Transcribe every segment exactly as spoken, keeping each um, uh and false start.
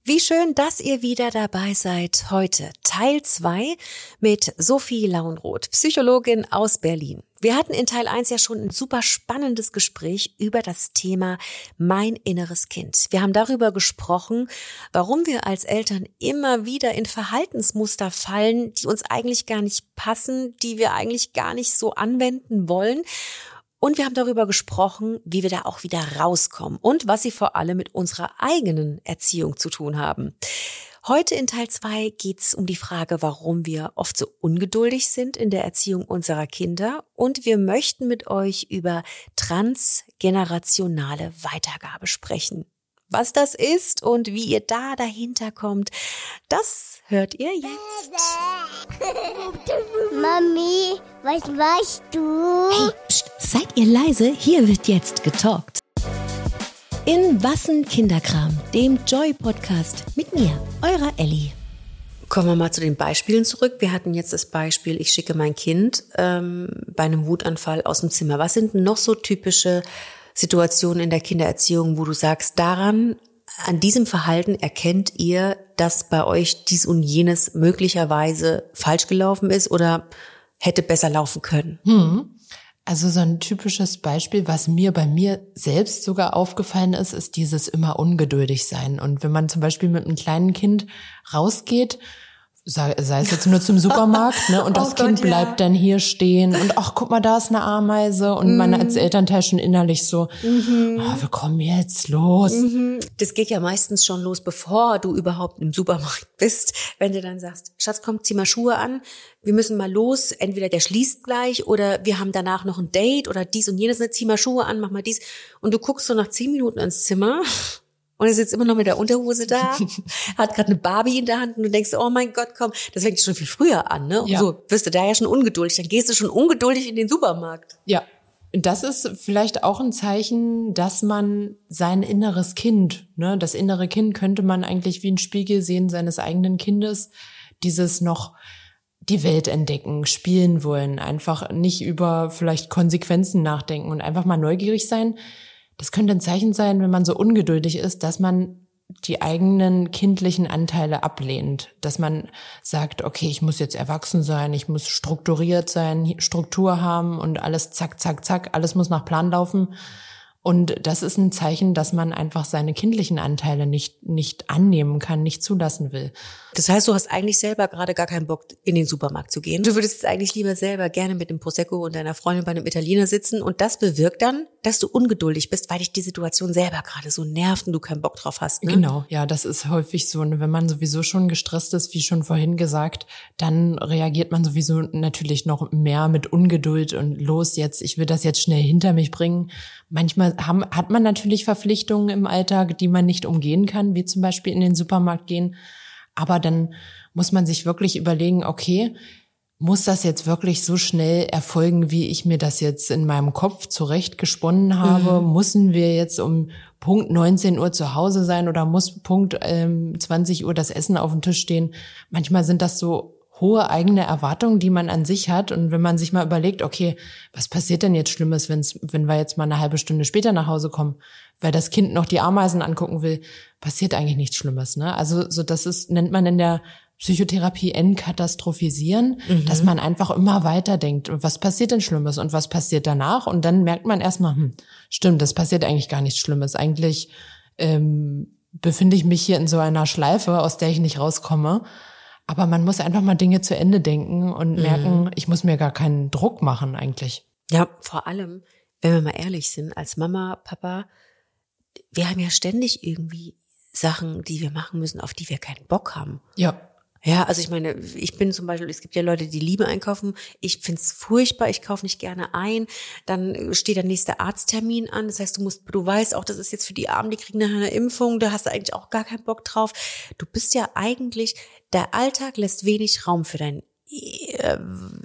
Wie schön, dass ihr wieder dabei seid. Heute Teil zwei mit Sophie Launroth, Psychologin aus Berlin. Wir hatten in Teil eins ja schon ein super spannendes Gespräch über das Thema mein inneres Kind. Wir haben darüber gesprochen, warum wir als Eltern immer wieder in Verhaltensmuster fallen, die uns eigentlich gar nicht passen, die wir eigentlich gar nicht so anwenden wollen. Und wir haben darüber gesprochen, wie wir da auch wieder rauskommen und was sie vor allem mit unserer eigenen Erziehung zu tun haben. Heute in Teil zwei geht es um die Frage, warum wir oft so ungeduldig sind in der Erziehung unserer Kinder. Und wir möchten mit euch über transgenerationale Weitergabe sprechen. Was das ist und wie ihr da dahinter kommt, das hört ihr jetzt. Mami, was machst du? Hey, pst, seid ihr leise? Hier wird jetzt getalkt. In Wassen Kinderkram, dem Joy-Podcast mit mir, eurer Elli. Kommen wir mal zu den Beispielen zurück. Wir hatten jetzt das Beispiel, ich schicke mein Kind ähm, bei einem Wutanfall aus dem Zimmer. Was sind noch so typische Situationen in der Kindererziehung, wo du sagst, daran, an diesem Verhalten erkennt ihr, dass bei euch dies und jenes möglicherweise falsch gelaufen ist oder hätte besser laufen können? Hm. Also so ein typisches Beispiel, was mir bei mir selbst sogar aufgefallen ist, ist dieses immer ungeduldig sein. Und wenn man zum Beispiel mit einem kleinen Kind rausgeht, sei, sei es jetzt nur zum Supermarkt, ne, und das oh Kind Gott, bleibt ja. dann hier stehen und ach, guck mal, da ist eine Ameise und mm. man als Elternteil schon innerlich so, mm-hmm. oh, wir kommen jetzt los. Mm-hmm. Das geht ja meistens schon los, bevor du überhaupt im Supermarkt bist, wenn du dann sagst, Schatz, komm, zieh mal Schuhe an, wir müssen mal los, entweder der schließt gleich oder wir haben danach noch ein Date oder dies und jenes, zieh mal Schuhe an, mach mal dies und du guckst so nach zehn Minuten ins Zimmer. Und er sitzt immer noch mit der Unterhose da, hat gerade eine Barbie in der Hand und du denkst, oh mein Gott, komm, das fängt schon viel früher an, ne? Und ja. so wirst du da ja schon ungeduldig, dann gehst du schon ungeduldig in den Supermarkt. Ja, das ist vielleicht auch ein Zeichen, dass man sein inneres Kind, ne, das innere Kind könnte man eigentlich wie ein Spiegel sehen seines eigenen Kindes, dieses noch die Welt entdecken, spielen wollen, einfach nicht über vielleicht Konsequenzen nachdenken und einfach mal neugierig sein. Das könnte ein Zeichen sein, wenn man so ungeduldig ist, dass man die eigenen kindlichen Anteile ablehnt. Dass man sagt, okay, ich muss jetzt erwachsen sein, ich muss strukturiert sein, Struktur haben und alles zack, zack, zack, alles muss nach Plan laufen. Und das ist ein Zeichen, dass man einfach seine kindlichen Anteile nicht nicht annehmen kann, nicht zulassen will. Das heißt, du hast eigentlich selber gerade gar keinen Bock, in den Supermarkt zu gehen. Du würdest jetzt eigentlich lieber selber gerne mit dem Prosecco und deiner Freundin bei einem Italiener sitzen und das bewirkt dann, dass du ungeduldig bist, weil dich die Situation selber gerade so nervt und du keinen Bock drauf hast. Ne? Genau, ja, das ist häufig so. Wenn man sowieso schon gestresst ist, wie schon vorhin gesagt, dann reagiert man sowieso natürlich noch mehr mit Ungeduld und los jetzt, ich will das jetzt schnell hinter mich bringen. Manchmal haben, hat man natürlich Verpflichtungen im Alltag, die man nicht umgehen kann, wie zum Beispiel in den Supermarkt gehen. Aber dann muss man sich wirklich überlegen, okay, muss das jetzt wirklich so schnell erfolgen, wie ich mir das jetzt in meinem Kopf zurechtgesponnen habe? Mhm. Müssen wir jetzt um Punkt neunzehn Uhr zu Hause sein oder muss Punkt ähm, zwanzig Uhr das Essen auf dem Tisch stehen? Manchmal sind das so hohe eigene Erwartungen, die man an sich hat. Und wenn man sich mal überlegt, okay, was passiert denn jetzt Schlimmes, wenn's, wenn wir jetzt mal eine halbe Stunde später nach Hause kommen, weil das Kind noch die Ameisen angucken will, passiert eigentlich nichts Schlimmes, ne? Also, so, das ist, nennt man in der Psychotherapie entkatastrophisieren, mhm. dass man einfach immer weiter denkt, was passiert denn Schlimmes und was passiert danach? Und dann merkt man erstmal, hm, stimmt, das passiert eigentlich gar nichts Schlimmes. Eigentlich ähm, befinde ich mich hier in so einer Schleife, aus der ich nicht rauskomme. Aber man muss einfach mal Dinge zu Ende denken und merken, mhm. ich muss mir gar keinen Druck machen eigentlich. Ja, vor allem, wenn wir mal ehrlich sind, als Mama, Papa, wir haben ja ständig irgendwie Sachen, die wir machen müssen, auf die wir keinen Bock haben. Ja. Ja, also ich meine, ich bin zum Beispiel, es gibt ja Leute, die Liebe einkaufen. Ich find's furchtbar, ich kaufe nicht gerne ein. Dann steht der nächste Arzttermin an. Das heißt, du musst, du weißt auch, das ist jetzt für die Armen, die kriegen nachher eine Impfung. Da hast du eigentlich auch gar keinen Bock drauf. Du bist ja eigentlich, der Alltag lässt wenig Raum für dein, äh,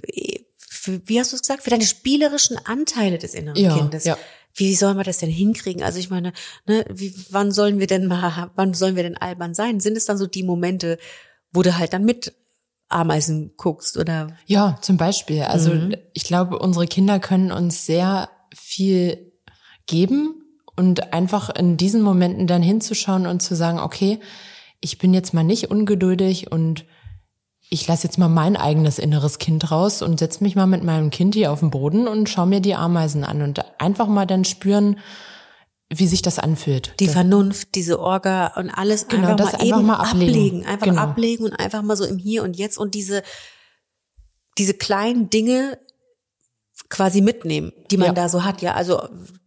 für, wie hast du es gesagt, für deine spielerischen Anteile des inneren ja, Kindes. Ja. Wie soll man das denn hinkriegen? Also ich meine, ne, wie, wann sollen wir denn mal, wann sollen wir denn albern sein? Sind es dann so die Momente, wo du halt dann mit Ameisen guckst, oder? Ja, zum Beispiel. Also Mhm. ich glaube, unsere Kinder können uns sehr viel geben und einfach in diesen Momenten dann hinzuschauen und zu sagen, okay, ich bin jetzt mal nicht ungeduldig und ich lasse jetzt mal mein eigenes inneres Kind raus und setze mich mal mit meinem Kind hier auf den Boden und schaue mir die Ameisen an und einfach mal dann spüren, wie sich das anfühlt. Die das, Vernunft, diese Orga und alles genau, einfach das mal einfach eben mal ablegen. ablegen. Einfach genau. ablegen und einfach mal so im Hier und Jetzt und diese, diese kleinen Dinge quasi mitnehmen, die man ja. da so hat. Ja, also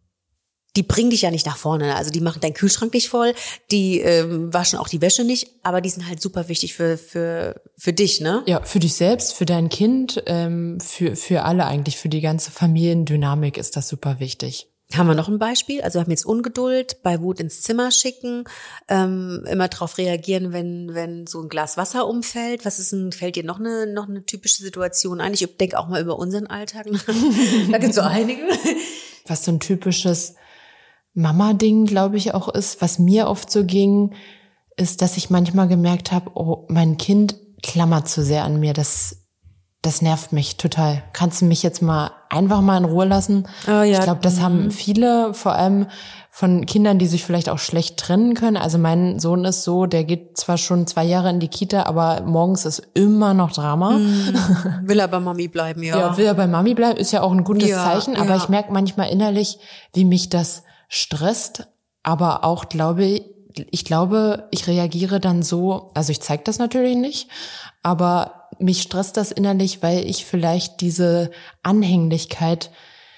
die bringen dich ja nicht nach vorne. Also die machen deinen Kühlschrank nicht voll, die ähm, waschen auch die Wäsche nicht, aber die sind halt super wichtig für für für dich, ne? Ja, für dich selbst, für dein Kind, ähm, für für alle eigentlich, für die ganze Familiendynamik ist das super wichtig. Haben wir noch ein Beispiel? Also wir haben jetzt Ungeduld, bei Wut ins Zimmer schicken, ähm, immer drauf reagieren, wenn wenn so ein Glas Wasser umfällt. Was ist denn, fällt dir noch eine noch eine typische Situation ein? Ich denke auch mal über unseren Alltag nach. Da gibt's so einige. Was so ein typisches Mama-Ding, glaube ich, auch ist, was mir oft so ging, ist, dass ich manchmal gemerkt habe, oh, mein Kind klammert zu sehr an mir. Das das nervt mich total. Kannst du mich jetzt mal einfach mal in Ruhe lassen? Oh ja. Ich glaube, das mhm. haben viele, vor allem von Kindern, die sich vielleicht auch schlecht trennen können. Also mein Sohn ist so, der geht zwar schon zwei Jahre in die Kita, aber morgens ist immer noch Drama. Mhm. Will er bei Mami bleiben, ja. Ja, will er bei Mami bleiben, ist ja auch ein gutes ja, Zeichen. Aber ja. ich merke manchmal innerlich, wie mich das stresst. Aber auch glaube ich, glaube, ich reagiere dann so, also ich zeige das natürlich nicht, aber mich stresst das innerlich, weil ich vielleicht diese Anhänglichkeit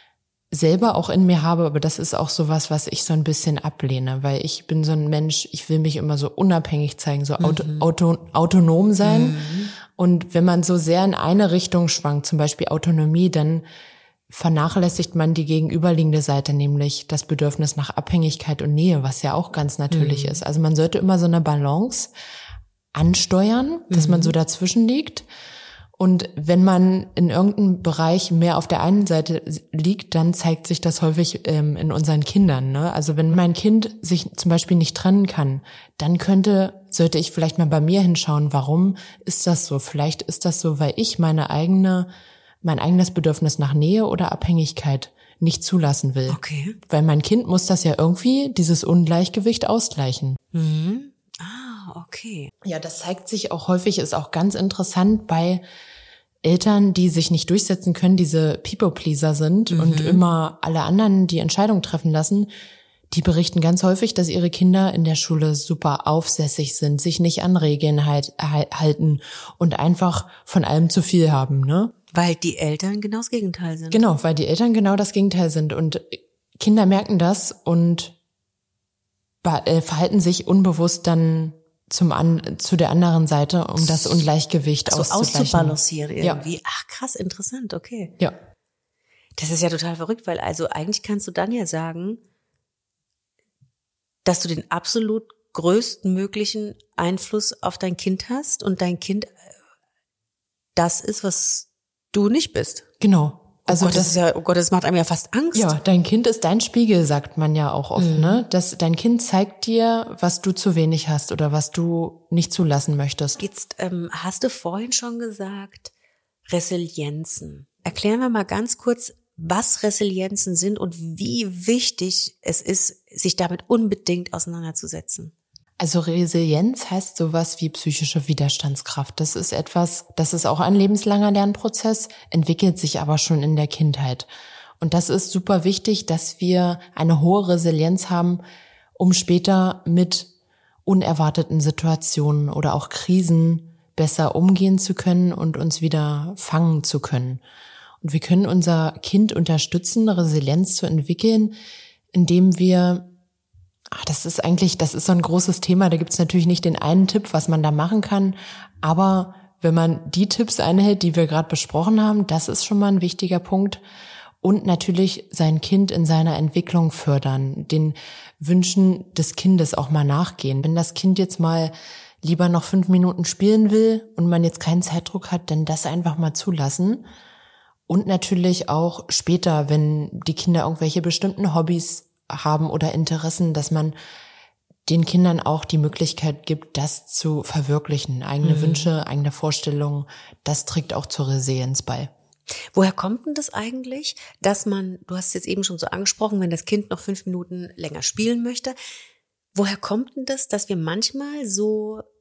selber auch in mir habe, aber das ist auch sowas, was ich so ein bisschen ablehne, weil ich bin so ein Mensch, ich will mich immer so unabhängig zeigen, so auto, Mhm. auto, autonom sein. Mhm. Und wenn man so sehr in eine Richtung schwankt, zum Beispiel Autonomie, dann vernachlässigt man die gegenüberliegende Seite, nämlich das Bedürfnis nach Abhängigkeit und Nähe, was ja auch ganz natürlich Mhm. ist. Also man sollte immer so eine Balance ansteuern, dass Mhm. man so dazwischen liegt. Und wenn man in irgendeinem Bereich mehr auf der einen Seite liegt, dann zeigt sich das häufig ähm, in unseren Kindern. Ne? Also wenn mein Kind sich zum Beispiel nicht trennen kann, dann könnte, sollte ich vielleicht mal bei mir hinschauen, warum ist das so? Vielleicht ist das so, weil ich meine eigene, mein eigenes Bedürfnis nach Nähe oder Abhängigkeit nicht zulassen will. Okay. Weil mein Kind muss das ja irgendwie, dieses Ungleichgewicht ausgleichen. Mhm. Ah, okay. Ja, das zeigt sich auch häufig, ist auch ganz interessant bei Eltern, die sich nicht durchsetzen können, diese People-Pleaser sind Mhm. und immer alle anderen die Entscheidung treffen lassen. Die berichten ganz häufig, dass ihre Kinder in der Schule super aufsässig sind, sich nicht an Regeln halt, halten und einfach von allem zu viel haben, ne? Weil die Eltern genau das Gegenteil sind. Genau, weil die Eltern genau das Gegenteil sind und Kinder merken das und äh, verhalten sich unbewusst dann zum an, zu der anderen Seite, um das Ungleichgewicht so auszugleichen. auszubalancieren irgendwie. Ja. Ach krass, interessant, okay. Ja. Das ist ja total verrückt, weil also eigentlich kannst du dann ja sagen, dass du den absolut größten möglichen Einfluss auf dein Kind hast und dein Kind das ist, was du nicht bist. Genau. Also oh Gott, das, das ist ja, oh Gott, das macht einem ja fast Angst. Ja, dein Kind ist dein Spiegel, sagt man ja auch oft, Mhm. ne? Das, dein Kind zeigt dir, was du zu wenig hast oder was du nicht zulassen möchtest. Jetzt ähm, hast du vorhin schon gesagt, Resilienzen. Erklären wir mal ganz kurz, was Resilienzen sind und wie wichtig es ist, sich damit unbedingt auseinanderzusetzen. Also Resilienz heißt sowas wie psychische Widerstandskraft. Das ist etwas, das ist auch ein lebenslanger Lernprozess, entwickelt sich aber schon in der Kindheit. Und das ist super wichtig, dass wir eine hohe Resilienz haben, um später mit unerwarteten Situationen oder auch Krisen besser umgehen zu können und uns wieder fangen zu können. Und wir können unser Kind unterstützen, Resilienz zu entwickeln, indem wir Ach, das ist eigentlich, das ist so ein großes Thema. Da gibt's natürlich nicht den einen Tipp, was man da machen kann. Aber wenn man die Tipps einhält, die wir gerade besprochen haben, das ist schon mal ein wichtiger Punkt. Und natürlich sein Kind in seiner Entwicklung fördern, den Wünschen des Kindes auch mal nachgehen. Wenn das Kind jetzt mal lieber noch fünf Minuten spielen will und man jetzt keinen Zeitdruck hat, dann das einfach mal zulassen. Und natürlich auch später, wenn die Kinder irgendwelche bestimmten Hobbys haben oder Interessen, dass man den Kindern auch die Möglichkeit gibt, das zu verwirklichen. Eigene mhm. Wünsche, eigene Vorstellungen, das trägt auch zur Resilienz bei. Woher kommt denn das eigentlich, dass man, du hast es jetzt eben schon so angesprochen, wenn das Kind noch fünf Minuten länger spielen möchte, woher kommt denn das, dass wir manchmal so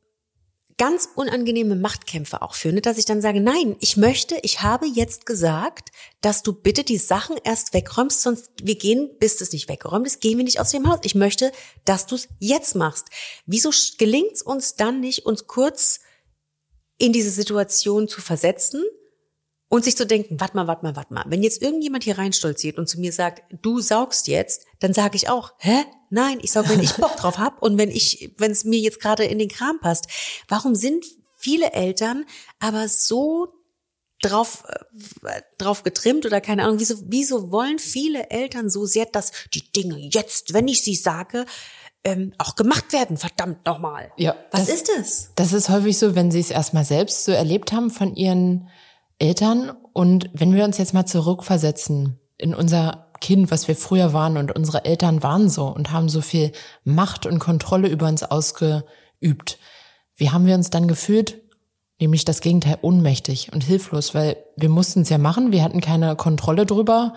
ganz unangenehme Machtkämpfe auch führen, dass ich dann sage, nein, ich möchte, ich habe jetzt gesagt, dass du bitte die Sachen erst wegräumst, sonst wir gehen, bis es nicht weggeräumt ist, gehen wir nicht aus dem Haus. Ich möchte, dass du es jetzt machst. Wieso gelingt es uns dann nicht, uns kurz in diese Situation zu versetzen und sich zu denken, warte mal, warte mal, warte mal. Wenn jetzt irgendjemand hier reinstolziert und zu mir sagt, du saugst jetzt, dann sage ich auch, hä? Nein, ich saug, wenn ich Bock drauf hab und wenn ich, wenn es mir jetzt gerade in den Kram passt. Warum sind viele Eltern aber so drauf, äh, drauf getrimmt oder keine Ahnung, wieso, wieso wollen viele Eltern so sehr, dass die Dinge jetzt, wenn ich sie sage, ähm, auch gemacht werden, verdammt nochmal. Ja, Was das, ist es? Das ist häufig so, wenn sie es erstmal selbst so erlebt haben von ihren Eltern. Und wenn wir uns jetzt mal zurückversetzen in unser Kind, was wir früher waren, und unsere Eltern waren so und haben so viel Macht und Kontrolle über uns ausgeübt. Wie haben wir uns dann gefühlt? Nämlich das Gegenteil, ohnmächtig und hilflos, weil wir mussten es ja machen, wir hatten keine Kontrolle drüber.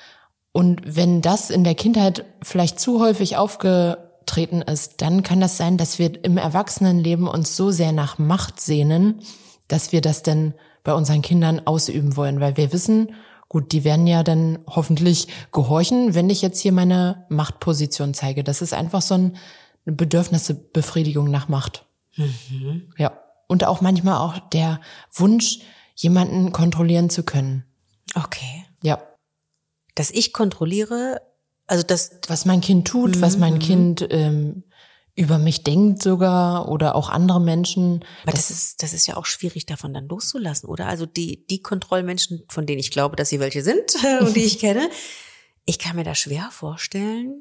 Und wenn das in der Kindheit vielleicht zu häufig aufgetreten ist, dann kann das sein, dass wir im Erwachsenenleben uns so sehr nach Macht sehnen, dass wir das dann bei unseren Kindern ausüben wollen, weil wir wissen, gut, die werden ja dann hoffentlich gehorchen, wenn ich jetzt hier meine Machtposition zeige. Das ist einfach so eine Bedürfnisbefriedigung nach Macht. Mhm. Ja. Und auch manchmal auch der Wunsch, jemanden kontrollieren zu können. Okay. Ja. Dass ich kontrolliere, also das, Was mein Kind tut, Mhm. was mein Kind ähm, über mich denkt sogar oder auch andere Menschen. aber das ist, das ist ja auch schwierig, davon dann loszulassen, oder? Also die, die Kontrollmenschen, von denen ich glaube, dass sie welche sind und die ich kenne, ich kann mir das schwer vorstellen,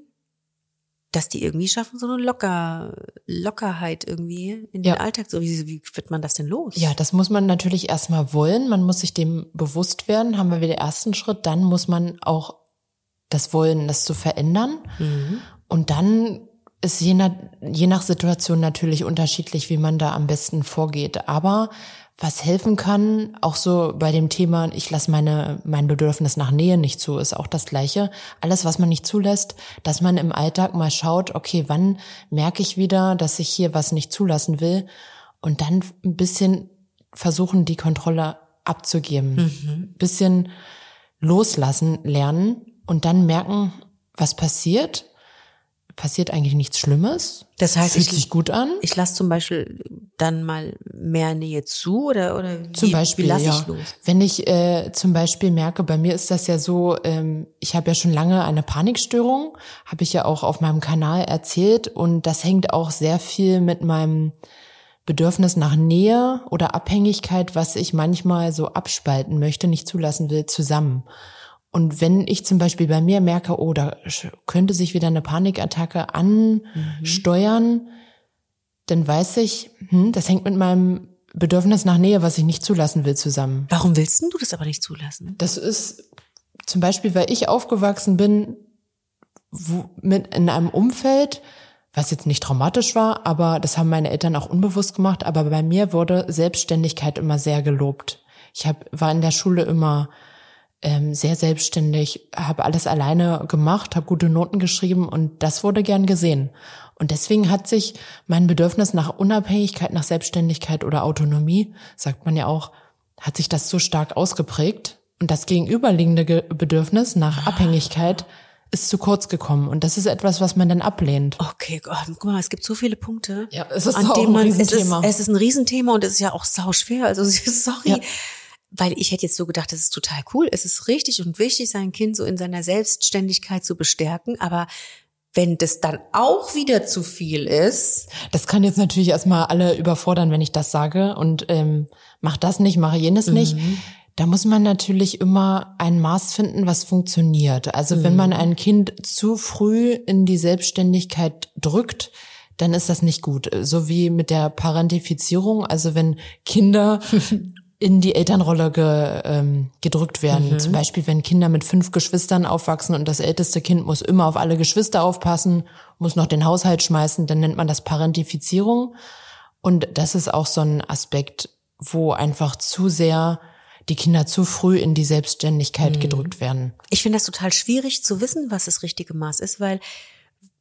dass die irgendwie schaffen, so eine Locker, Lockerheit irgendwie in den Ja. Alltag. So, wie, wie wird man das denn los? Ja, das muss man natürlich erstmal wollen. Man muss sich dem bewusst werden. Haben wir wieder den ersten Schritt. Dann muss man auch das wollen, das zu verändern. Mhm. Und dann ist je nach, je nach Situation natürlich unterschiedlich, wie man da am besten vorgeht. Aber was helfen kann, auch so bei dem Thema, ich lasse meine mein Bedürfnis nach Nähe nicht zu, ist auch das Gleiche. Alles, was man nicht zulässt, dass man im Alltag mal schaut, okay, wann merke ich wieder, dass ich hier was nicht zulassen will, und dann ein bisschen versuchen, die Kontrolle abzugeben. Mhm. Ein bisschen loslassen lernen und dann merken, was passiert. Passiert eigentlich nichts Schlimmes. Das heißt, Fühlt ich, sich gut an. ich lasse zum Beispiel dann mal mehr Nähe zu oder oder Zum wie, Beispiel, wie lasse ja. ich los? Wenn ich äh, zum Beispiel merke, bei mir ist das ja so, ähm, ich habe ja schon lange eine Panikstörung, habe ich ja auch auf meinem Kanal erzählt, und das hängt auch sehr viel mit meinem Bedürfnis nach Nähe oder Abhängigkeit, was ich manchmal so abspalten möchte, nicht zulassen will, zusammen. Und wenn ich zum Beispiel bei mir merke, oh, da könnte sich wieder eine Panikattacke ansteuern, mhm. dann weiß ich, hm, das hängt mit meinem Bedürfnis nach Nähe, was ich nicht zulassen will, zusammen. Warum willst denn du das aber nicht zulassen? Das ist zum Beispiel, weil ich aufgewachsen bin wo, mit in einem Umfeld, was jetzt nicht traumatisch war, aber das haben meine Eltern auch unbewusst gemacht, aber bei mir wurde Selbstständigkeit immer sehr gelobt. Ich hab, war in der Schule immer ähm, sehr selbstständig, habe alles alleine gemacht, habe gute Noten geschrieben, und das wurde gern gesehen. Und deswegen hat sich mein Bedürfnis nach Unabhängigkeit, nach Selbstständigkeit oder Autonomie, sagt man ja auch, hat sich das so stark ausgeprägt. Und das gegenüberliegende Ge- Bedürfnis nach Abhängigkeit ist zu kurz gekommen. Und das ist etwas, was man dann ablehnt. Okay, Gott, guck mal, es gibt so viele Punkte, Ja, es ist an auch denen ein man, es ist, Riesenthema. es ist ein Riesenthema und es ist ja auch sauschwer. Also sorry, Ja. weil ich hätte jetzt so gedacht, das ist total cool. Es ist richtig und wichtig, sein Kind so in seiner Selbstständigkeit zu bestärken. Aber wenn das dann auch wieder zu viel ist, Das kann jetzt natürlich erstmal alle überfordern, wenn ich das sage, und ähm, mach das nicht, mache jenes nicht. Da muss man natürlich immer ein Maß finden, was funktioniert. Also mhm. wenn man ein Kind zu früh in die Selbstständigkeit drückt, dann ist das nicht gut. So wie mit der Parentifizierung, also wenn Kinder in die Elternrolle ge, ähm, gedrückt werden. Mhm. Zum Beispiel, wenn Kinder mit fünf Geschwistern aufwachsen und das älteste Kind muss immer auf alle Geschwister aufpassen, muss noch den Haushalt schmeißen, dann nennt man das Parentifizierung. Und das ist auch so ein Aspekt, wo einfach zu sehr die Kinder zu früh in die Selbstständigkeit mhm. gedrückt werden. Ich finde das total schwierig zu wissen, was das richtige Maß ist, weil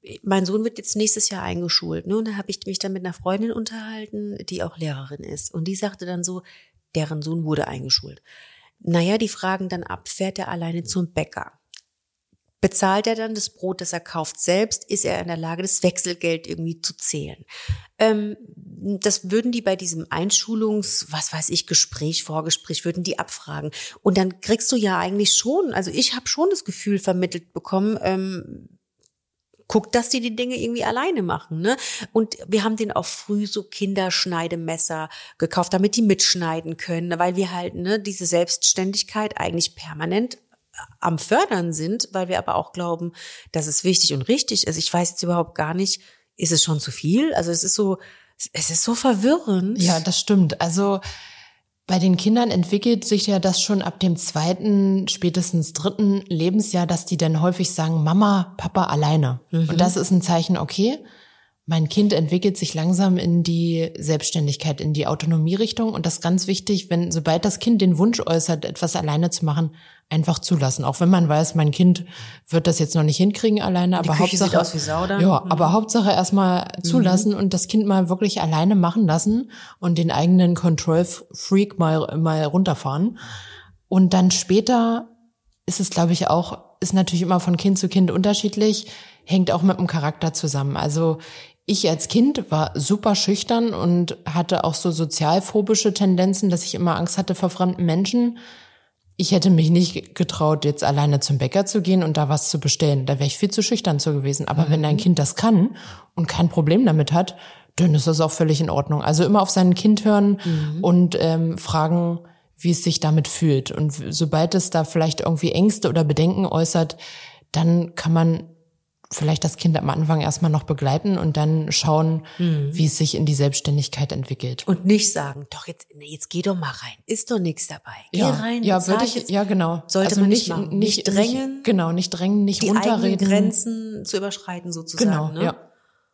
mein Sohn wird jetzt nächstes Jahr eingeschult, ne? Und da habe ich mich dann mit einer Freundin unterhalten, die auch Lehrerin ist. Und die sagte dann so, deren Sohn wurde eingeschult. Naja, die fragen dann ab, fährt er alleine zum Bäcker? Bezahlt er dann das Brot, das er kauft, selbst? Ist er in der Lage, das Wechselgeld irgendwie zu zählen? Ähm, das würden die bei diesem Einschulungs-, was weiß ich, Gespräch, Vorgespräch, würden die abfragen. Und dann kriegst du ja eigentlich schon, also ich habe schon das Gefühl vermittelt bekommen, ähm, guckt, dass die die Dinge irgendwie alleine machen, ne? Und wir haben denen auch früh so Kinderschneidemesser gekauft, damit die mitschneiden können, weil wir halt, ne, diese Selbstständigkeit eigentlich permanent am Fördern sind, weil wir aber auch glauben, dass es wichtig und richtig ist. Ich weiß jetzt überhaupt gar nicht, ist es schon zu viel? Also es ist so, es ist so verwirrend. Ja, das stimmt. Also bei den Kindern entwickelt sich ja das schon ab dem zweiten, spätestens dritten Lebensjahr, dass die dann häufig sagen, Mama, Papa alleine. Mhm. Und das ist ein Zeichen, okay, mein Kind entwickelt sich langsam in die Selbstständigkeit, in die Autonomierichtung. Und das ist ganz wichtig, wenn, sobald das Kind den Wunsch äußert, etwas alleine zu machen, einfach zulassen. Auch wenn man weiß, mein Kind wird das jetzt noch nicht hinkriegen alleine, aber Küche Hauptsache, sieht aus wie Sau dann. ja, mhm. aber Hauptsache erstmal zulassen mhm. und das Kind mal wirklich alleine machen lassen und den eigenen Control-Freak mal, mal runterfahren. Und dann später ist es, glaube ich, auch, ist natürlich immer von Kind zu Kind unterschiedlich, hängt auch mit dem Charakter zusammen. Also ich als Kind war super schüchtern und hatte auch so sozialphobische Tendenzen, dass ich immer Angst hatte vor fremden Menschen. Ich hätte mich nicht getraut, jetzt alleine zum Bäcker zu gehen und da was zu bestellen. Da wäre ich viel zu schüchtern zu gewesen. Aber mhm. wenn dein Kind das kann und kein Problem damit hat, dann ist das auch völlig in Ordnung. Also immer auf sein Kind hören mhm. und ähm, fragen, wie es sich damit fühlt. Und sobald es da vielleicht irgendwie Ängste oder Bedenken äußert, dann kann man vielleicht das Kind am Anfang erstmal noch begleiten und dann schauen, mhm. wie es sich in die Selbstständigkeit entwickelt. Und nicht sagen, doch jetzt, nee, jetzt geh doch mal rein. Ist doch nichts dabei. Geh ja, rein. Ja, würde ich, jetzt, ja, genau. Sollte also man nicht, nicht, machen. nicht, nicht drängen. Nicht, genau, nicht drängen, nicht die runterreden. Die Grenzen zu überschreiten sozusagen. Genau, ne? ja.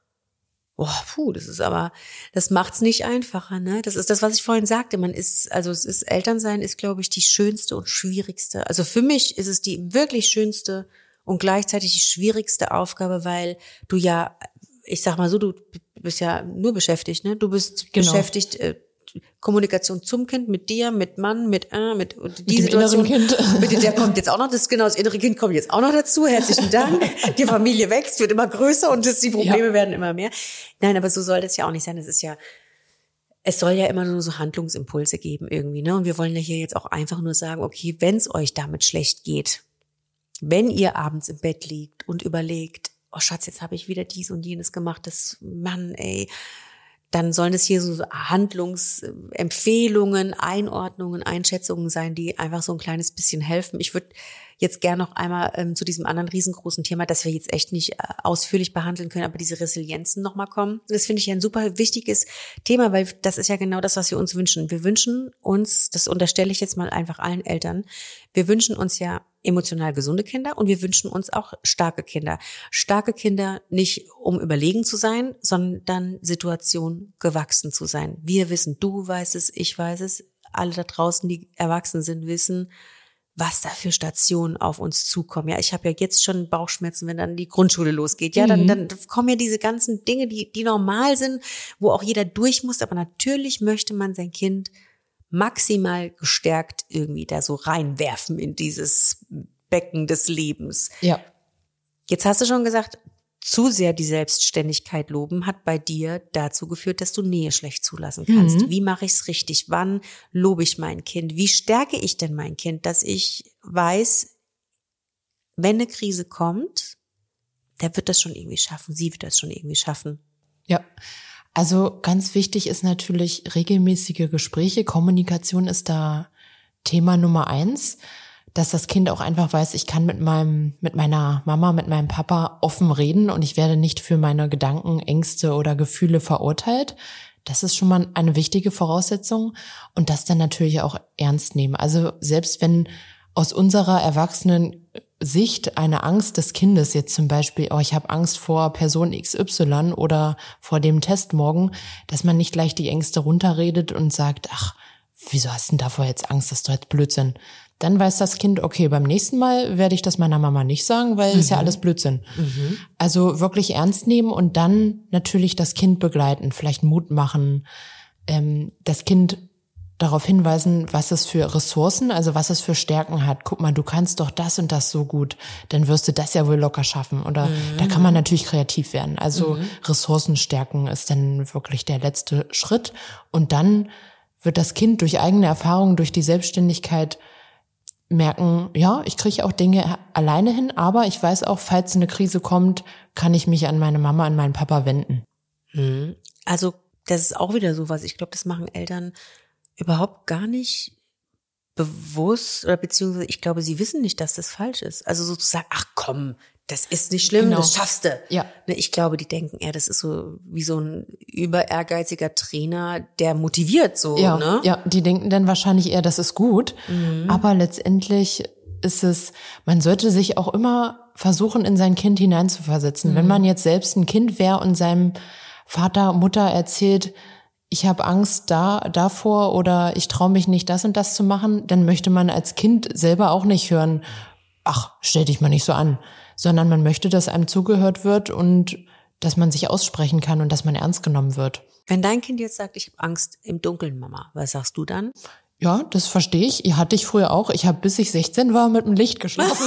Boah, puh, das ist aber, das macht's nicht einfacher, ne? Das ist das, was ich vorhin sagte. Man ist, also es ist, Elternsein ist, glaube ich, die schönste und schwierigste. Also für mich ist es die wirklich schönste und gleichzeitig die schwierigste Aufgabe, weil du ja, ich sag mal so, du bist ja nur beschäftigt, ne? Du bist genau. beschäftigt, äh, Kommunikation zum Kind, mit dir, mit Mann, mit äh, mit und die mit Situation. Dem inneren Kind. Bitte, der kommt jetzt auch noch, das genau, das innere Kind kommt jetzt auch noch dazu. Herzlichen Dank. Die Familie wächst, wird immer größer und das, die Probleme ja. werden immer mehr. Nein, aber so soll das ja auch nicht sein. Das ist ja, es soll ja immer nur so Handlungsimpulse geben irgendwie, ne? Und wir wollen ja hier jetzt auch einfach nur sagen, okay, wenn es euch damit schlecht geht, wenn ihr abends im Bett liegt und überlegt, oh Schatz, jetzt habe ich wieder dies und jenes gemacht, das Mann, ey, dann sollen es hier so Handlungsempfehlungen, Einordnungen, Einschätzungen sein, die einfach so ein kleines bisschen helfen. Ich würde jetzt gerne noch einmal ähm, zu diesem anderen riesengroßen Thema, das wir jetzt echt nicht äh, ausführlich behandeln können, aber diese Resilienzen nochmal kommen. Das finde ich ja ein super wichtiges Thema, weil das ist ja genau das, was wir uns wünschen. Wir wünschen uns, das unterstelle ich jetzt mal einfach allen Eltern, wir wünschen uns ja emotional gesunde Kinder und wir wünschen uns auch starke Kinder. Starke Kinder nicht, um überlegen zu sein, sondern Situation gewachsen zu sein. Wir wissen, du weißt es, ich weiß es, alle da draußen, die erwachsen sind, wissen, was da für Stationen auf uns zukommen. Ja, ich habe ja jetzt schon Bauchschmerzen, wenn dann die Grundschule losgeht. Ja, dann, dann kommen ja diese ganzen Dinge, die, die normal sind, wo auch jeder durch muss. Aber natürlich möchte man sein Kind maximal gestärkt irgendwie da so reinwerfen in dieses Becken des Lebens. Ja. Jetzt hast du schon gesagt, zu sehr die Selbstständigkeit loben hat bei dir dazu geführt, dass du Nähe schlecht zulassen kannst. Mhm. Wie mache ich es richtig? Wann lobe ich mein Kind? Wie stärke ich denn mein Kind, dass ich weiß, wenn eine Krise kommt, der wird das schon irgendwie schaffen, sie wird das schon irgendwie schaffen. Ja. Also ganz wichtig ist natürlich regelmäßige Gespräche. Kommunikation ist da Thema Nummer eins, dass das Kind auch einfach weiß, ich kann mit meinem, mit meiner Mama, mit meinem Papa offen reden und ich werde nicht für meine Gedanken, Ängste oder Gefühle verurteilt. Das ist schon mal eine wichtige Voraussetzung und das dann natürlich auch ernst nehmen. Also selbst wenn aus unserer erwachsenen Sicht eine Angst des Kindes jetzt zum Beispiel, oh, ich habe Angst vor Person X Y oder vor dem Test morgen, dass man nicht gleich die Ängste runterredet und sagt, ach, wieso hast du denn davor jetzt Angst, das ist doch jetzt Blödsinn. dann weiß das Kind, okay, beim nächsten Mal werde ich das meiner Mama nicht sagen, weil mhm. ist ja alles Blödsinn. Mhm. Also wirklich ernst nehmen und dann natürlich das Kind begleiten, vielleicht Mut machen, ähm, das Kind darauf hinweisen, was es für Ressourcen, also was es für Stärken hat. Guck mal, du kannst doch das und das so gut, dann wirst du das ja wohl locker schaffen. Oder mhm. da kann man natürlich kreativ werden. Also mhm. Ressourcen stärken ist dann wirklich der letzte Schritt. Und dann wird das Kind durch eigene Erfahrungen, durch die Selbstständigkeit merken, ja, ich kriege auch Dinge alleine hin, aber ich weiß auch, falls eine Krise kommt, kann ich mich an meine Mama, an meinen Papa wenden. Also das ist auch wieder so was, ich glaube, das machen Eltern überhaupt gar nicht bewusst, oder beziehungsweise ich glaube, sie wissen nicht, dass das falsch ist. Also sozusagen, ach komm, das ist nicht schlimm, genau. Das schaffst du. Ja. Ich glaube, die denken eher, das ist so wie so ein über ehrgeiziger Trainer, der motiviert so. Ja, ne? Ja, die denken dann wahrscheinlich eher, das ist gut. Mhm. Aber letztendlich ist es, man sollte sich auch immer versuchen, in sein Kind hineinzuversetzen. Mhm. Wenn man jetzt selbst ein Kind wäre und seinem Vater, Mutter erzählt, ich habe Angst da davor oder ich traue mich nicht, das und das zu machen, dann möchte man als Kind selber auch nicht hören, ach, stell dich mal nicht so an, sondern man möchte, dass einem zugehört wird und dass man sich aussprechen kann und dass man ernst genommen wird. Wenn dein Kind jetzt sagt, ich habe Angst im Dunkeln, Mama, was sagst du dann? Ja, das verstehe ich. Ihr hatte ich früher auch. Ich habe, bis ich sechzehn war, mit dem Licht geschlafen.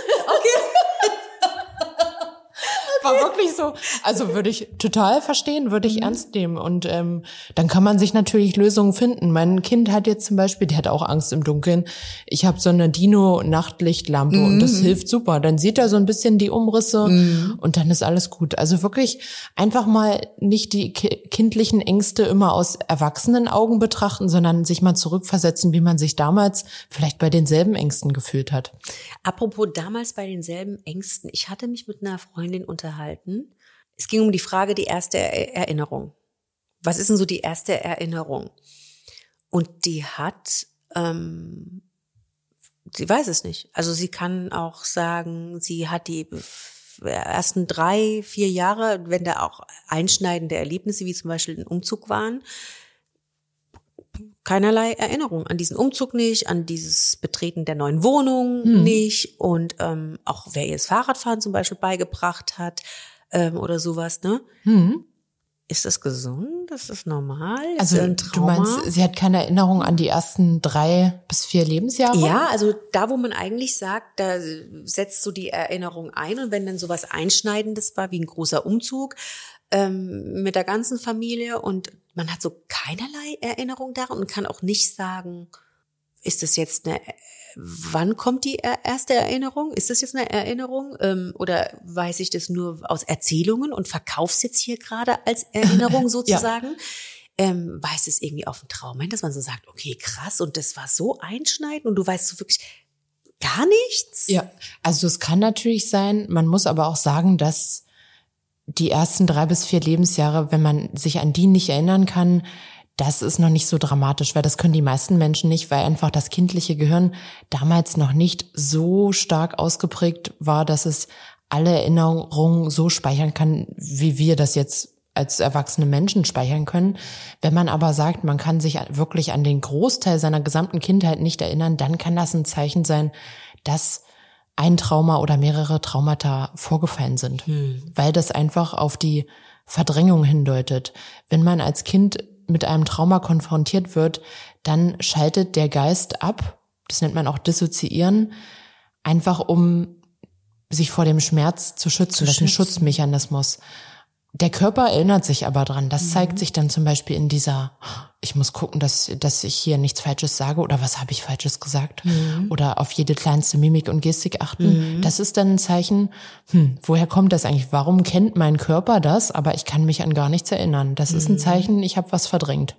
War wirklich so. Also würde ich total verstehen, würde ich mhm. ernst nehmen. Und ähm, dann kann man sich natürlich Lösungen finden. Mein Kind hat jetzt zum Beispiel, der hat auch Angst im Dunkeln. Ich habe so eine Dino-Nachtlichtlampe mhm. und das hilft super. Dann sieht er so ein bisschen die Umrisse mhm. und dann ist alles gut. Also wirklich einfach mal nicht die ki- kindlichen Ängste immer aus erwachsenen Augen betrachten, sondern sich mal zurückversetzen, wie man sich damals vielleicht bei denselben Ängsten gefühlt hat. Apropos damals bei denselben Ängsten. Ich hatte mich mit einer Freundin unterhalten. Es ging um die Frage, die erste Erinnerung. Was ist denn so die erste Erinnerung? Und die hat, ähm, sie weiß es nicht. Also sie kann auch sagen, sie hat die ersten drei, vier Jahre, wenn da auch einschneidende Erlebnisse, wie zum Beispiel ein Umzug waren, keinerlei Erinnerung an diesen Umzug nicht, an dieses Betreten der neuen Wohnung hm. nicht und ähm, auch wer ihr das Fahrradfahren zum Beispiel beigebracht hat ähm, oder sowas, ne? Hm. Ist das gesund? Ist das normal? Ist also das ein Trauma? Du meinst, sie hat keine Erinnerung an die ersten drei bis vier Lebensjahre? Ja, also da, wo man eigentlich sagt, da setzt so die Erinnerung ein und wenn dann sowas Einschneidendes war, wie ein großer Umzug ähm, mit der ganzen Familie und man hat so keinerlei Erinnerung daran und kann auch nicht sagen, ist das jetzt eine, wann kommt die erste Erinnerung? Ist das jetzt eine Erinnerung? Ähm, oder weiß ich das nur aus Erzählungen und verkauf's jetzt hier gerade als Erinnerung sozusagen? Ja. Ähm, weiß es irgendwie auf dem Traum hin, dass man so sagt, okay, krass, und das war so einschneidend und du weißt so wirklich gar nichts? Ja, also es kann natürlich sein, man muss aber auch sagen, dass die ersten drei bis vier Lebensjahre, wenn man sich an die nicht erinnern kann, das ist noch nicht so dramatisch, weil das können die meisten Menschen nicht, weil einfach das kindliche Gehirn damals noch nicht so stark ausgeprägt war, dass es alle Erinnerungen so speichern kann, wie wir das jetzt als erwachsene Menschen speichern können. Wenn man aber sagt, man kann sich wirklich an den Großteil seiner gesamten Kindheit nicht erinnern, dann kann das ein Zeichen sein, dass ein Trauma oder mehrere Traumata vorgefallen sind, hm. weil das einfach auf die Verdrängung hindeutet. Wenn man als Kind mit einem Trauma konfrontiert wird, dann schaltet der Geist ab, das nennt man auch dissoziieren, einfach um sich vor dem Schmerz zu schützen, zu das ist ein Schutzmechanismus. Der Körper erinnert sich aber dran. Das mhm. zeigt sich dann zum Beispiel in dieser, ich muss gucken, dass dass ich hier nichts Falsches sage oder was habe ich Falsches gesagt mhm. oder auf jede kleinste Mimik und Gestik achten. Mhm. Das ist dann ein Zeichen, hm, woher kommt das eigentlich? Warum kennt mein Körper das, aber ich kann mich an gar nichts erinnern? Das mhm. ist ein Zeichen, ich habe was verdrängt.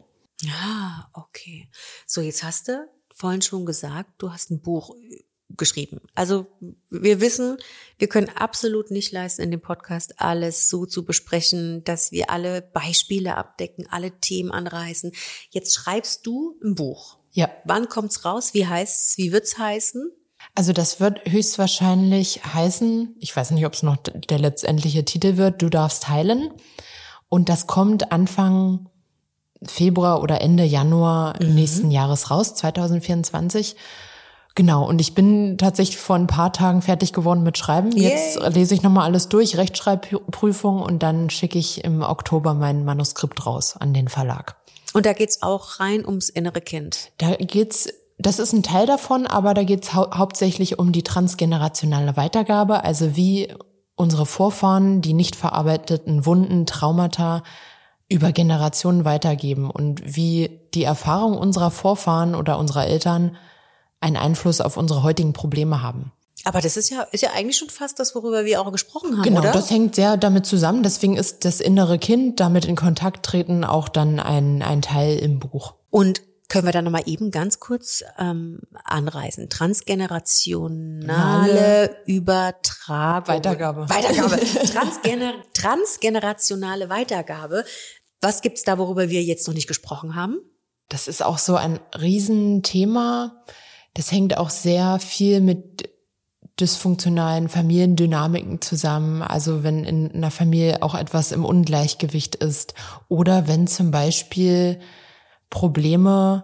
Ah, okay. So, jetzt hast du vorhin schon gesagt, du hast ein Buch geschrieben. Also wir wissen, wir können absolut nicht leisten, in dem Podcast alles so zu besprechen, dass wir alle Beispiele abdecken, alle Themen anreißen. Jetzt schreibst du ein Buch. Ja. Wann kommt's raus? Wie heißt's? Wie wird's heißen? Also das wird höchstwahrscheinlich heißen, ich weiß nicht, ob es noch der letztendliche Titel wird, Du darfst heilen. Und das kommt Anfang Februar oder Ende Januar mhm. nächsten Jahres raus, zwanzig vierundzwanzig. Genau, und ich bin tatsächlich vor ein paar Tagen fertig geworden mit Schreiben. Jetzt Yay. lese ich nochmal alles durch, Rechtschreibprüfung, und dann schicke ich im Oktober mein Manuskript raus an den Verlag. Und da geht's auch rein ums innere Kind? Da geht's, das ist ein Teil davon, aber da geht's hau- hauptsächlich um die transgenerationale Weitergabe, also wie unsere Vorfahren die nicht verarbeiteten Wunden, Traumata über Generationen weitergeben und wie die Erfahrung unserer Vorfahren oder unserer Eltern einen Einfluss auf unsere heutigen Probleme haben. Aber das ist ja ist ja eigentlich schon fast das, worüber wir auch gesprochen haben, genau, oder? Genau, das hängt sehr damit zusammen. Deswegen ist das innere Kind, damit in Kontakt treten, auch dann ein ein Teil im Buch. Und können wir da nochmal eben ganz kurz ähm, anreißen? Transgenerationale Nale. Übertragung. Weitergabe. Weitergabe. Transgener- transgenerationale Weitergabe. Was gibt's da, worüber wir jetzt noch nicht gesprochen haben? Das ist auch so ein Riesenthema. Das hängt auch sehr viel mit dysfunktionalen Familiendynamiken zusammen. Also wenn in einer Familie auch etwas im Ungleichgewicht ist oder wenn zum Beispiel Probleme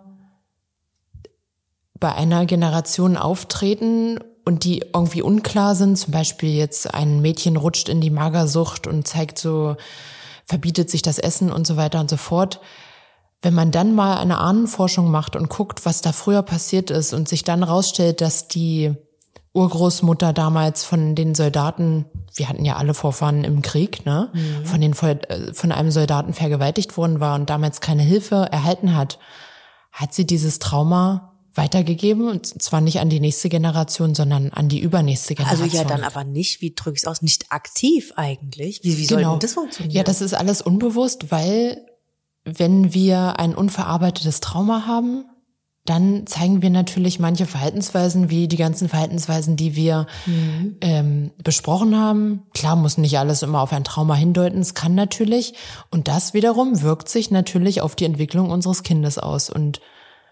bei einer Generation auftreten und die irgendwie unklar sind. Zum Beispiel jetzt ein Mädchen rutscht in die Magersucht und zeigt so, verbietet sich das Essen und so weiter und so fort. Wenn man dann mal eine Ahnenforschung macht und guckt, was da früher passiert ist und sich dann rausstellt, dass die Urgroßmutter damals von den Soldaten, wir hatten ja alle Vorfahren im Krieg, ne, mhm. von den von einem Soldaten vergewaltigt worden war und damals keine Hilfe erhalten hat, hat sie dieses Trauma weitergegeben, und zwar nicht an die nächste Generation, sondern an die übernächste Generation. Also ja, dann aber nicht, wie drücke ich es aus, nicht aktiv eigentlich. Wie, wie soll genau. denn das funktionieren? Ja, das ist alles unbewusst, weil wenn wir ein unverarbeitetes Trauma haben, dann zeigen wir natürlich manche Verhaltensweisen, wie die ganzen Verhaltensweisen, die wir mhm. ähm, besprochen haben. Klar muss nicht alles immer auf ein Trauma hindeuten, es kann natürlich. Und das wiederum wirkt sich natürlich auf die Entwicklung unseres Kindes aus. Und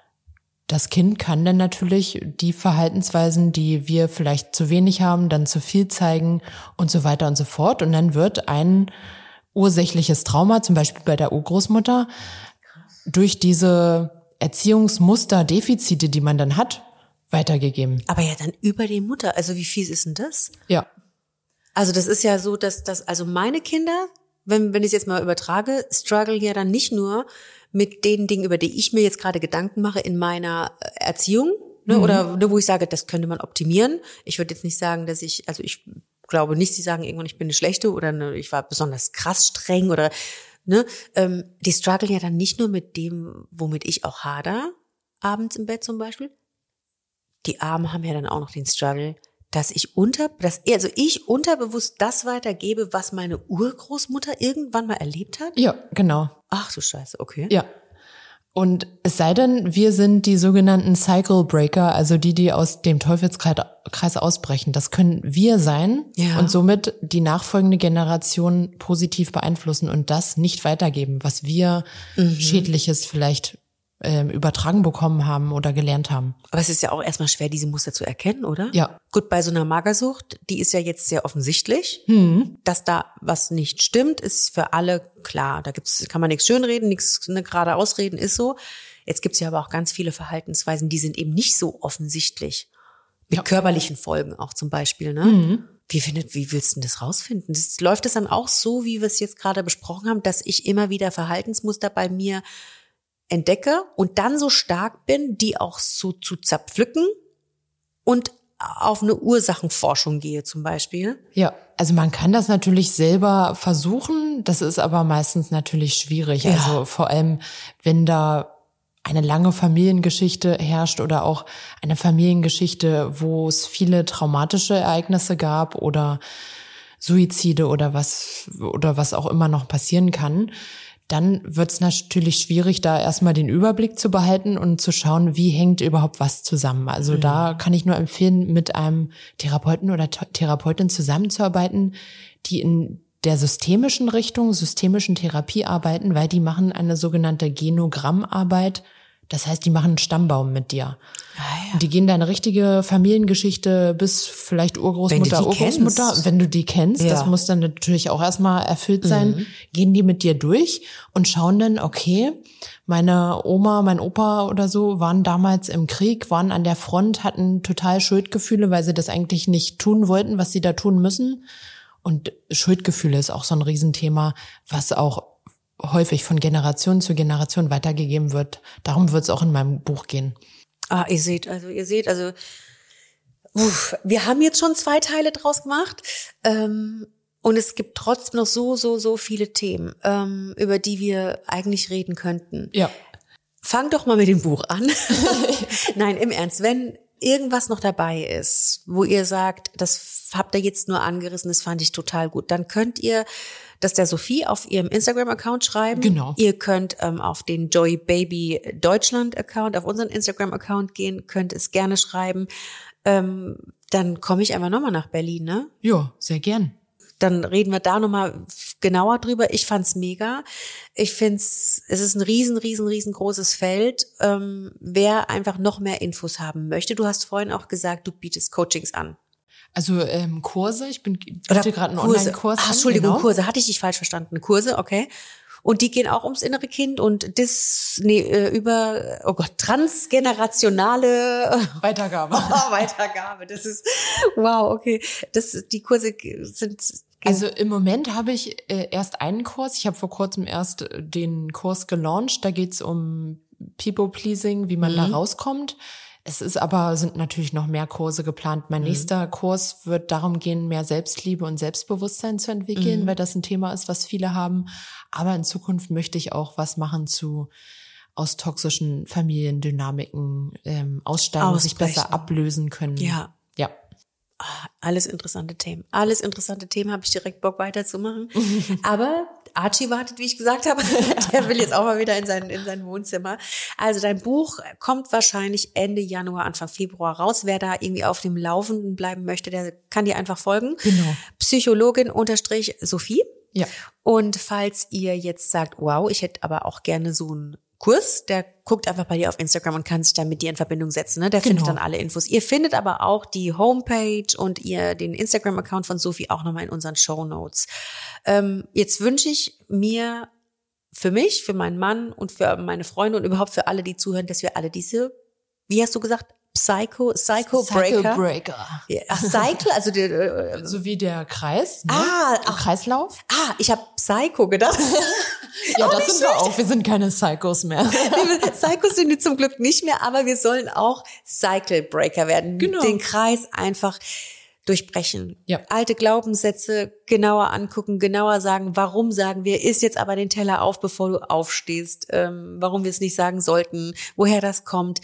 das Kind kann dann natürlich die Verhaltensweisen, die wir vielleicht zu wenig haben, dann zu viel zeigen und so weiter und so fort. Und dann wird ein ursächliches Trauma, zum Beispiel bei der Urgroßmutter, durch diese Erziehungsmuster, Defizite, die man dann hat, weitergegeben. Aber ja dann über die Mutter. Also wie fies ist denn das? Ja. Also das ist ja so, dass dass also meine Kinder, wenn wenn ich es jetzt mal übertrage, struggle ja dann nicht nur mit den Dingen, über die ich mir jetzt gerade Gedanken mache in meiner Erziehung, ne, mhm. oder ne, wo ich sage, das könnte man optimieren. Ich würde jetzt nicht sagen, dass ich, also ich glaube nicht, sie sagen irgendwann, ich bin eine Schlechte oder eine, ich war besonders krass streng oder Ne, ähm, die strugglen ja dann nicht nur mit dem, womit ich auch hader, abends im Bett zum Beispiel. Die Armen haben ja dann auch noch den Struggle, dass ich unter, dass also ich unterbewusst das weitergebe, was meine Urgroßmutter irgendwann mal erlebt hat. Ja, genau. Ach du Scheiße, okay. Ja. Und es sei denn, wir sind die sogenannten Cycle Breaker, also die, die aus dem Teufelskreis ausbrechen. Das können wir sein ja. und somit die nachfolgende Generation positiv beeinflussen und das nicht weitergeben, was wir mhm. Schädliches vielleicht ähm, übertragen bekommen haben oder gelernt haben. Aber es ist ja auch erstmal schwer, diese Muster zu erkennen, oder? Ja. Gut, bei so einer Magersucht, die ist ja jetzt sehr offensichtlich. Mhm. Dass da was nicht stimmt, ist für alle klar. Da gibt's, kann man nichts schönreden, nichts ne, gerade ausreden, ist so. Jetzt gibt's ja aber auch ganz viele Verhaltensweisen, die sind eben nicht so offensichtlich. Mit ja. körperlichen Folgen auch zum Beispiel, ne? Mhm. Wie findet, wie willst du denn das rausfinden? Das, läuft es dann auch so, wie wir es jetzt gerade besprochen haben, dass ich immer wieder Verhaltensmuster bei mir entdecke und dann so stark bin, die auch so zu zerpflücken und auf eine Ursachenforschung gehe zum Beispiel? Ja, also man kann das natürlich selber versuchen, das ist aber meistens natürlich schwierig. Ja. Also vor allem, wenn da eine lange Familiengeschichte herrscht oder auch eine Familiengeschichte, wo es viele traumatische Ereignisse gab oder Suizide oder was oder was auch immer noch passieren kann, dann wird es natürlich schwierig, da erstmal den Überblick zu behalten und zu schauen, wie hängt überhaupt was zusammen. Also mhm. da kann ich nur empfehlen, mit einem Therapeuten oder Therapeutin zusammenzuarbeiten, die in der systemischen Richtung, systemischen Therapie arbeiten, weil die machen eine sogenannte Genogrammarbeit. Das heißt, die machen einen Stammbaum mit dir. Ah, ja. Und die gehen deine richtige Familiengeschichte bis vielleicht Urgroßmutter, Urgroßmutter. Kennst. Wenn du die kennst, Ja. das muss dann natürlich auch erstmal erfüllt sein, mhm. gehen die mit dir durch und schauen dann, okay, meine Oma, mein Opa oder so waren damals im Krieg, waren an der Front, hatten total Schuldgefühle, weil sie das eigentlich nicht tun wollten, was sie da tun müssen. Und Schuldgefühle ist auch so ein Riesenthema, was auch häufig von Generation zu Generation weitergegeben wird. Darum wird es auch in meinem Buch gehen. Ah, ihr seht, also ihr seht, also uff, wir haben jetzt schon zwei Teile draus gemacht ähm, und es gibt trotzdem noch so, so, so viele Themen, ähm, über die wir eigentlich reden könnten. Ja. Fang doch mal mit dem Buch an. Nein, im Ernst, wenn irgendwas noch dabei ist, wo ihr sagt, das habt ihr jetzt nur angerissen, das fand ich total gut, dann könnt ihr das der Sophie auf ihrem Instagram-Account schreiben. Genau. Ihr könnt ähm, auf den Joy Baby Deutschland-Account, auf unseren Instagram-Account gehen, könnt es gerne schreiben. Ähm, dann komme ich einfach nochmal nach Berlin, ne? Ja, sehr gern. Dann reden wir da nochmal genauer drüber. Ich fand's mega. Ich find's, es ist ein riesen, riesen, riesengroßes Feld. Ähm, wer einfach noch mehr Infos haben möchte. Du hast vorhin auch gesagt, du bietest Coachings an. Also ähm, Kurse, ich bin biete gerade einen Kurse. Online-Kurs Ach, an. Entschuldigung, Genau. Kurse, hatte ich dich falsch verstanden. Kurse, okay. Und die gehen auch ums innere Kind und das, nee, äh, über, oh Gott, transgenerationale Weitergabe. Oh, Weitergabe, das ist, wow, okay. Das, die Kurse sind... Also im Moment habe ich äh, erst einen Kurs. Ich habe vor kurzem erst äh, den Kurs gelauncht. Da geht's um People-Pleasing, wie man Mhm. da rauskommt. Es ist aber, sind natürlich noch mehr Kurse geplant. Mein Mhm. nächster Kurs wird darum gehen, mehr Selbstliebe und Selbstbewusstsein zu entwickeln, Mhm. weil das ein Thema ist, was viele haben. Aber in Zukunft möchte ich auch was machen zu aus toxischen Familiendynamiken ähm, aussteigen, sich Ausbrechen. besser ablösen können. Ja. Ja. Ah, alles interessante Themen. Alles interessante Themen, habe ich direkt Bock weiterzumachen. Aber Archie wartet, wie ich gesagt habe. Der will jetzt auch mal wieder in sein, in sein Wohnzimmer. Also dein Buch kommt wahrscheinlich Ende Januar, Anfang Februar raus. Wer da irgendwie auf dem Laufenden bleiben möchte, der kann dir einfach folgen. Genau. Psychologin unterstrich Sophie. Ja. Und falls ihr jetzt sagt, wow, ich hätte aber auch gerne so einen Kurs, der guckt einfach bei dir auf Instagram und kann sich dann mit dir in Verbindung setzen. Ne? Der Genau. findet dann alle Infos. Ihr findet aber auch die Homepage und ihr den Instagram-Account von Sophie auch nochmal in unseren Shownotes. Ähm, jetzt wünsche ich mir für mich, für meinen Mann und für meine Freunde und überhaupt für alle, die zuhören, dass wir alle diese, wie hast du gesagt, Psycho, Psycho Breaker. Cycle Breaker. Ja, ach, Cycle, also der, äh, So wie der Kreis, ne? Ah, Der ach. Kreislauf. ah, ich habe Psycho gedacht. Ja, Auch das nicht sind wir auch. Wir sind keine Psychos mehr. Liebe Psychos sind wir zum Glück nicht mehr, aber wir sollen auch Cycle Breaker werden. Genau. Den Kreis einfach durchbrechen. Ja. Alte Glaubenssätze genauer angucken, genauer sagen, warum sagen wir, isst jetzt aber den Teller auf, bevor du aufstehst, ähm, warum wir es nicht sagen sollten, woher das kommt.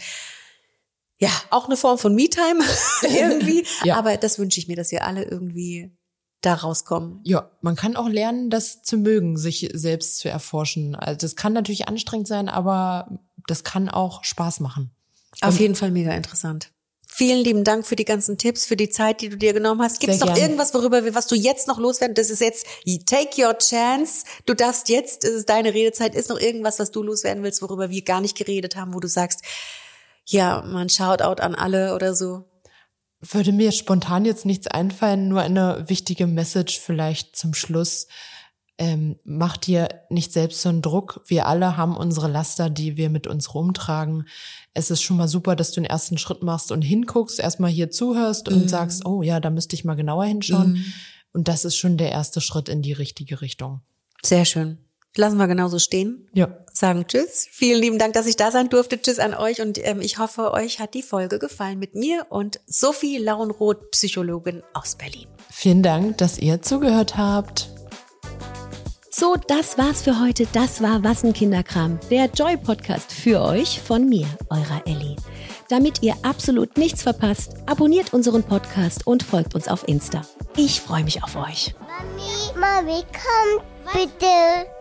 Ja, auch eine Form von Me-Time irgendwie, Ja. aber das wünsche ich mir, dass wir alle irgendwie da rauskommen. Ja, man kann auch lernen, das zu mögen, sich selbst zu erforschen. Also das kann natürlich anstrengend sein, aber das kann auch Spaß machen. Auf jeden Fall mega interessant. Vielen lieben Dank für die ganzen Tipps, für die Zeit, die du dir genommen hast. Gibt es Sehr noch gerne. irgendwas, worüber wir, was du jetzt noch loswerden? Das ist jetzt, take your chance. Du darfst jetzt, es ist deine Redezeit. Ist noch irgendwas, was du loswerden willst, worüber wir gar nicht geredet haben, wo du sagst, ja, man Shoutout an alle oder so? Würde mir spontan jetzt nichts einfallen, nur eine wichtige Message vielleicht zum Schluss. Ähm, mach dir nicht selbst so einen Druck. Wir alle haben unsere Laster, die wir mit uns rumtragen. Es ist schon mal super, dass du den ersten Schritt machst und hinguckst, erstmal hier zuhörst und Mhm. sagst, oh ja, da müsste ich mal genauer hinschauen. Und das ist schon der erste Schritt in die richtige Richtung. Sehr schön. Lassen wir genauso stehen. Ja. Sagen tschüss. Vielen lieben Dank, dass ich da sein durfte. Tschüss an euch und ähm, ich hoffe, euch hat die Folge gefallen mit mir und Sophie Lauenroth, Psychologin aus Berlin. Vielen Dank, dass ihr zugehört habt. So, das war's für heute. Das war Was ein Kinderkram, der Joy-Podcast für euch von mir, eurer Elli. Damit ihr absolut nichts verpasst, abonniert unseren Podcast und folgt uns auf Insta. Ich freue mich auf euch. Mami, Mami, komm bitte.